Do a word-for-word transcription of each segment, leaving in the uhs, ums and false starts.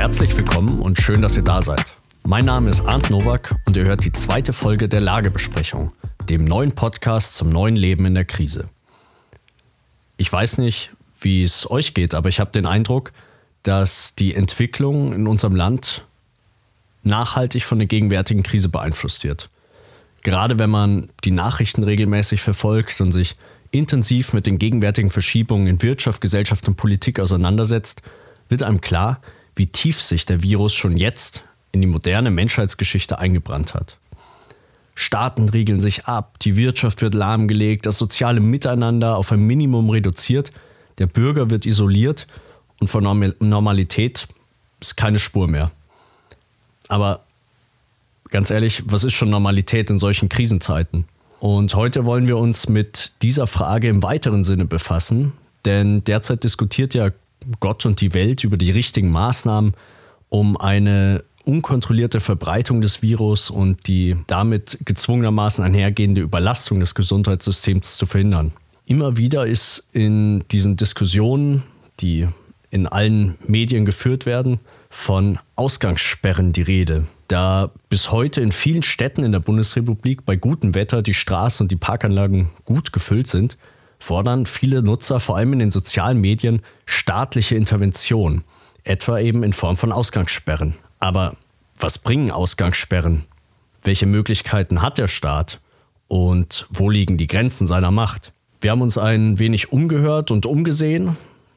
Herzlich willkommen und schön, dass ihr da seid. Mein Name ist Arndt Nowak und ihr hört die zweite Folge der Lagebesprechung, dem neuen Podcast zum neuen Leben in der Krise. Ich weiß nicht, wie es euch geht, aber ich habe den Eindruck, dass die Entwicklung in unserem Land nachhaltig von der gegenwärtigen Krise beeinflusst wird. Gerade wenn man die Nachrichten regelmäßig verfolgt und sich intensiv mit den gegenwärtigen Verschiebungen in Wirtschaft, Gesellschaft und Politik auseinandersetzt, wird einem klar, wie tief sich der Virus schon jetzt in die moderne Menschheitsgeschichte eingebrannt hat. Staaten riegeln sich ab, die Wirtschaft wird lahmgelegt, das soziale Miteinander auf ein Minimum reduziert, der Bürger wird isoliert und von Normalität ist keine Spur mehr. Aber ganz ehrlich, was ist schon Normalität in solchen Krisenzeiten? Und heute wollen wir uns mit dieser Frage im weiteren Sinne befassen, denn derzeit diskutiert ja Gott und die Welt über die richtigen Maßnahmen, um eine unkontrollierte Verbreitung des Virus und die damit gezwungenermaßen einhergehende Überlastung des Gesundheitssystems zu verhindern. Immer wieder ist in diesen Diskussionen, die in allen Medien geführt werden, von Ausgangssperren die Rede. Da bis heute in vielen Städten in der Bundesrepublik bei gutem Wetter die Straßen und die Parkanlagen gut gefüllt sind, fordern viele Nutzer vor allem in den sozialen Medien staatliche Intervention, etwa eben in Form von Ausgangssperren. Aber was bringen Ausgangssperren? Welche Möglichkeiten hat der Staat? Und wo liegen die Grenzen seiner Macht? Wir haben uns ein wenig umgehört und umgesehen.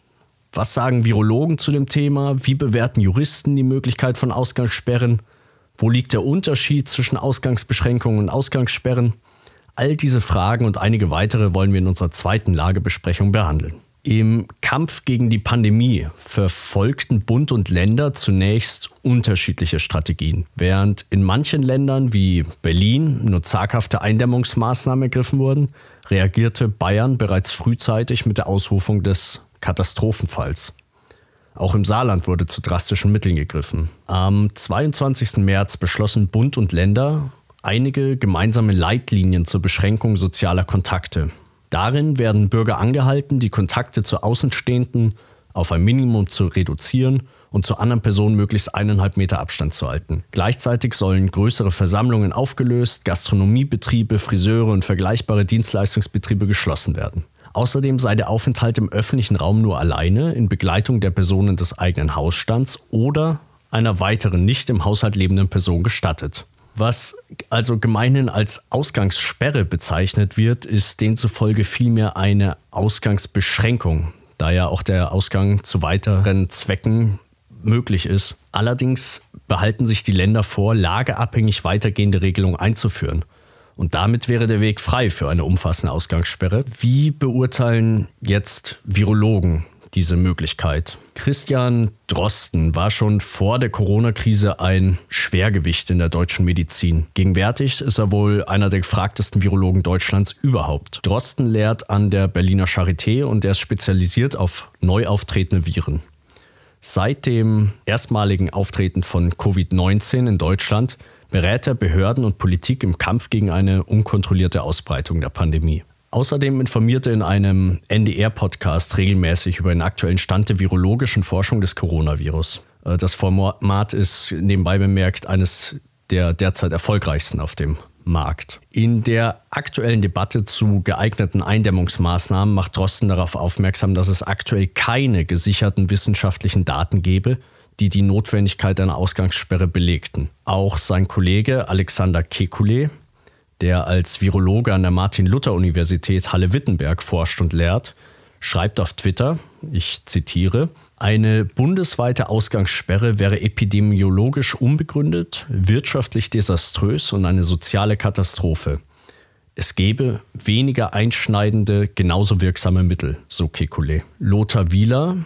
Was sagen Virologen zu dem Thema? Wie bewerten Juristen die Möglichkeit von Ausgangssperren? Wo liegt der Unterschied zwischen Ausgangsbeschränkungen und Ausgangssperren? All diese Fragen und einige weitere wollen wir in unserer zweiten Lagebesprechung behandeln. Im Kampf gegen die Pandemie verfolgten Bund und Länder zunächst unterschiedliche Strategien. Während in manchen Ländern wie Berlin nur zaghafte Eindämmungsmaßnahmen ergriffen wurden, reagierte Bayern bereits frühzeitig mit der Ausrufung des Katastrophenfalls. Auch im Saarland wurde zu drastischen Mitteln gegriffen. Am zweiundzwanzigsten März beschlossen Bund und Länder einige gemeinsame Leitlinien zur Beschränkung sozialer Kontakte. Darin werden Bürger angehalten, die Kontakte zu Außenstehenden auf ein Minimum zu reduzieren und zu anderen Personen möglichst eineinhalb Meter Abstand zu halten. Gleichzeitig sollen größere Versammlungen aufgelöst, Gastronomiebetriebe, Friseure und vergleichbare Dienstleistungsbetriebe geschlossen werden. Außerdem sei der Aufenthalt im öffentlichen Raum nur alleine in Begleitung der Personen des eigenen Hausstands oder einer weiteren nicht im Haushalt lebenden Person gestattet. Was also gemeinhin als Ausgangssperre bezeichnet wird, ist demzufolge vielmehr eine Ausgangsbeschränkung, da ja auch der Ausgang zu weiteren Zwecken möglich ist. Allerdings behalten sich die Länder vor, lageabhängig weitergehende Regelungen einzuführen. Und damit wäre der Weg frei für eine umfassende Ausgangssperre. Wie beurteilen jetzt Virologen diese Möglichkeit? Christian Drosten war schon vor der Corona-Krise ein Schwergewicht in der deutschen Medizin. Gegenwärtig ist er wohl einer der gefragtesten Virologen Deutschlands überhaupt. Drosten lehrt an der Berliner Charité und er ist spezialisiert auf neu auftretende Viren. Seit dem erstmaligen Auftreten von Covid neunzehn in Deutschland berät er Behörden und Politik im Kampf gegen eine unkontrollierte Ausbreitung der Pandemie. Außerdem informierte er in einem N D R-Podcast regelmäßig über den aktuellen Stand der virologischen Forschung des Coronavirus. Das Format ist nebenbei bemerkt eines der derzeit erfolgreichsten auf dem Markt. In der aktuellen Debatte zu geeigneten Eindämmungsmaßnahmen macht Drosten darauf aufmerksam, dass es aktuell keine gesicherten wissenschaftlichen Daten gebe, die die Notwendigkeit einer Ausgangssperre belegten. Auch sein Kollege Alexander Kekulé, der als Virologe an der Martin-Luther-Universität Halle-Wittenberg forscht und lehrt, schreibt auf Twitter, ich zitiere, eine bundesweite Ausgangssperre wäre epidemiologisch unbegründet, wirtschaftlich desaströs und eine soziale Katastrophe. Es gäbe weniger einschneidende, genauso wirksame Mittel, so Kekulé. Lothar Wieler,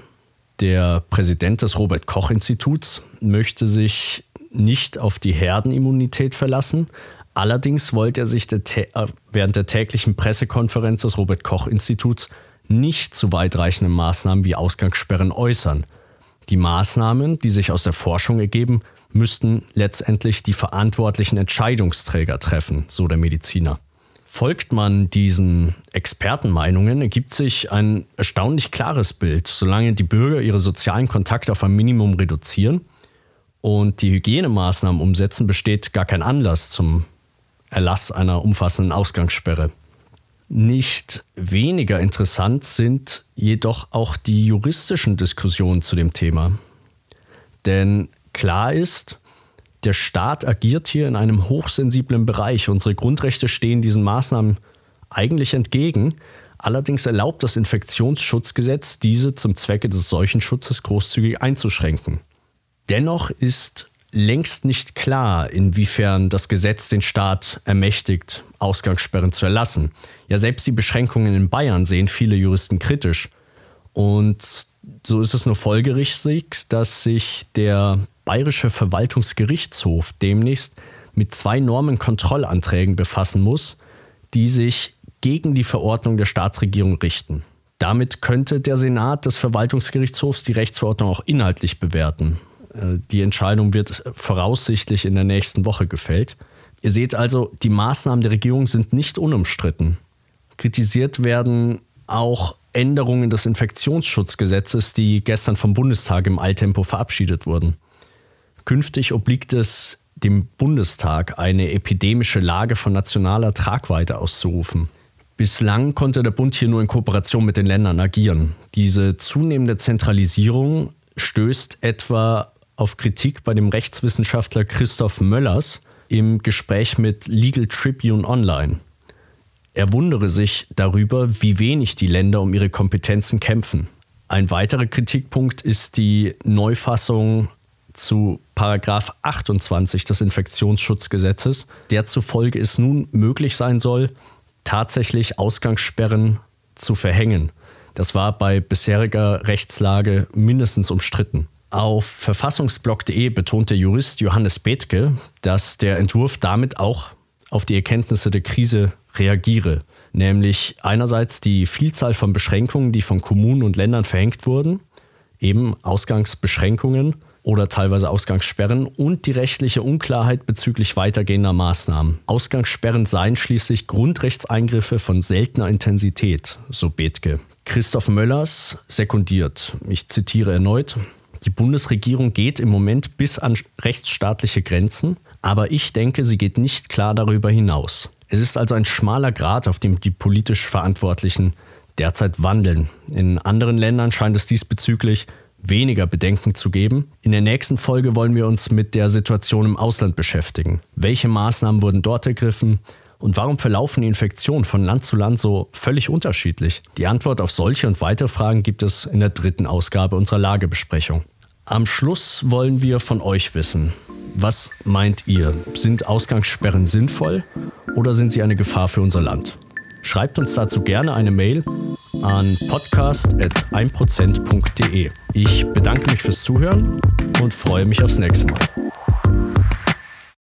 der Präsident des Robert-Koch-Instituts, möchte sich nicht auf die Herdenimmunität verlassen. Allerdings wollte er sich der, während der täglichen Pressekonferenz des Robert-Koch-Instituts nicht zu weitreichenden Maßnahmen wie Ausgangssperren äußern. Die Maßnahmen, die sich aus der Forschung ergeben, müssten letztendlich die verantwortlichen Entscheidungsträger treffen, so der Mediziner. Folgt man diesen Expertenmeinungen, ergibt sich ein erstaunlich klares Bild. Solange die Bürger ihre sozialen Kontakte auf ein Minimum reduzieren, und die Hygienemaßnahmen umsetzen, besteht gar kein Anlass zum Erlass einer umfassenden Ausgangssperre. Nicht weniger interessant sind jedoch auch die juristischen Diskussionen zu dem Thema. Denn klar ist, der Staat agiert hier in einem hochsensiblen Bereich. Unsere Grundrechte stehen diesen Maßnahmen eigentlich entgegen. Allerdings erlaubt das Infektionsschutzgesetz, diese zum Zwecke des Seuchenschutzes großzügig einzuschränken. Dennoch ist längst nicht klar, inwiefern das Gesetz den Staat ermächtigt, Ausgangssperren zu erlassen. Ja, selbst die Beschränkungen in Bayern sehen viele Juristen kritisch. Und so ist es nur folgerichtig, dass sich der Bayerische Verwaltungsgerichtshof demnächst mit zwei Normenkontrollanträgen befassen muss, die sich gegen die Verordnung der Staatsregierung richten. Damit könnte der Senat des Verwaltungsgerichtshofs die Rechtsverordnung auch inhaltlich bewerten. Die Entscheidung wird voraussichtlich in der nächsten Woche gefällt. Ihr seht also, die Maßnahmen der Regierung sind nicht unumstritten. Kritisiert werden auch Änderungen des Infektionsschutzgesetzes, die gestern vom Bundestag im Eiltempo verabschiedet wurden. Künftig obliegt es dem Bundestag, eine epidemische Lage von nationaler Tragweite auszurufen. Bislang konnte der Bund hier nur in Kooperation mit den Ländern agieren. Diese zunehmende Zentralisierung stößt etwa auf Kritik bei dem Rechtswissenschaftler Christoph Möllers im Gespräch mit Legal Tribune Online. Er wundere sich darüber, wie wenig die Länder um ihre Kompetenzen kämpfen. Ein weiterer Kritikpunkt ist die Neufassung zu Paragraph achtundzwanzig des Infektionsschutzgesetzes, der zufolge es nun möglich sein soll, tatsächlich Ausgangssperren zu verhängen. Das war bei bisheriger Rechtslage mindestens umstritten. Auf verfassungsblog punkt de betont der Jurist Johannes Bethke, dass der Entwurf damit auch auf die Erkenntnisse der Krise reagiere. Nämlich einerseits die Vielzahl von Beschränkungen, die von Kommunen und Ländern verhängt wurden, eben Ausgangsbeschränkungen oder teilweise Ausgangssperren und die rechtliche Unklarheit bezüglich weitergehender Maßnahmen. Ausgangssperren seien schließlich Grundrechtseingriffe von seltener Intensität, so Bethke. Christoph Möllers sekundiert, ich zitiere erneut, die Bundesregierung geht im Moment bis an rechtsstaatliche Grenzen, aber ich denke, sie geht nicht klar darüber hinaus. Es ist also ein schmaler Grat, auf dem die politisch Verantwortlichen derzeit wandeln. In anderen Ländern scheint es diesbezüglich weniger Bedenken zu geben. In der nächsten Folge wollen wir uns mit der Situation im Ausland beschäftigen. Welche Maßnahmen wurden dort ergriffen? Und warum verlaufen die Infektionen von Land zu Land so völlig unterschiedlich? Die Antwort auf solche und weitere Fragen gibt es in der dritten Ausgabe unserer Lagebesprechung. Am Schluss wollen wir von euch wissen, was meint ihr? Sind Ausgangssperren sinnvoll oder sind sie eine Gefahr für unser Land? Schreibt uns dazu gerne eine Mail an podcast at ein prozent punkt de. Ich bedanke mich fürs Zuhören und freue mich aufs nächste Mal.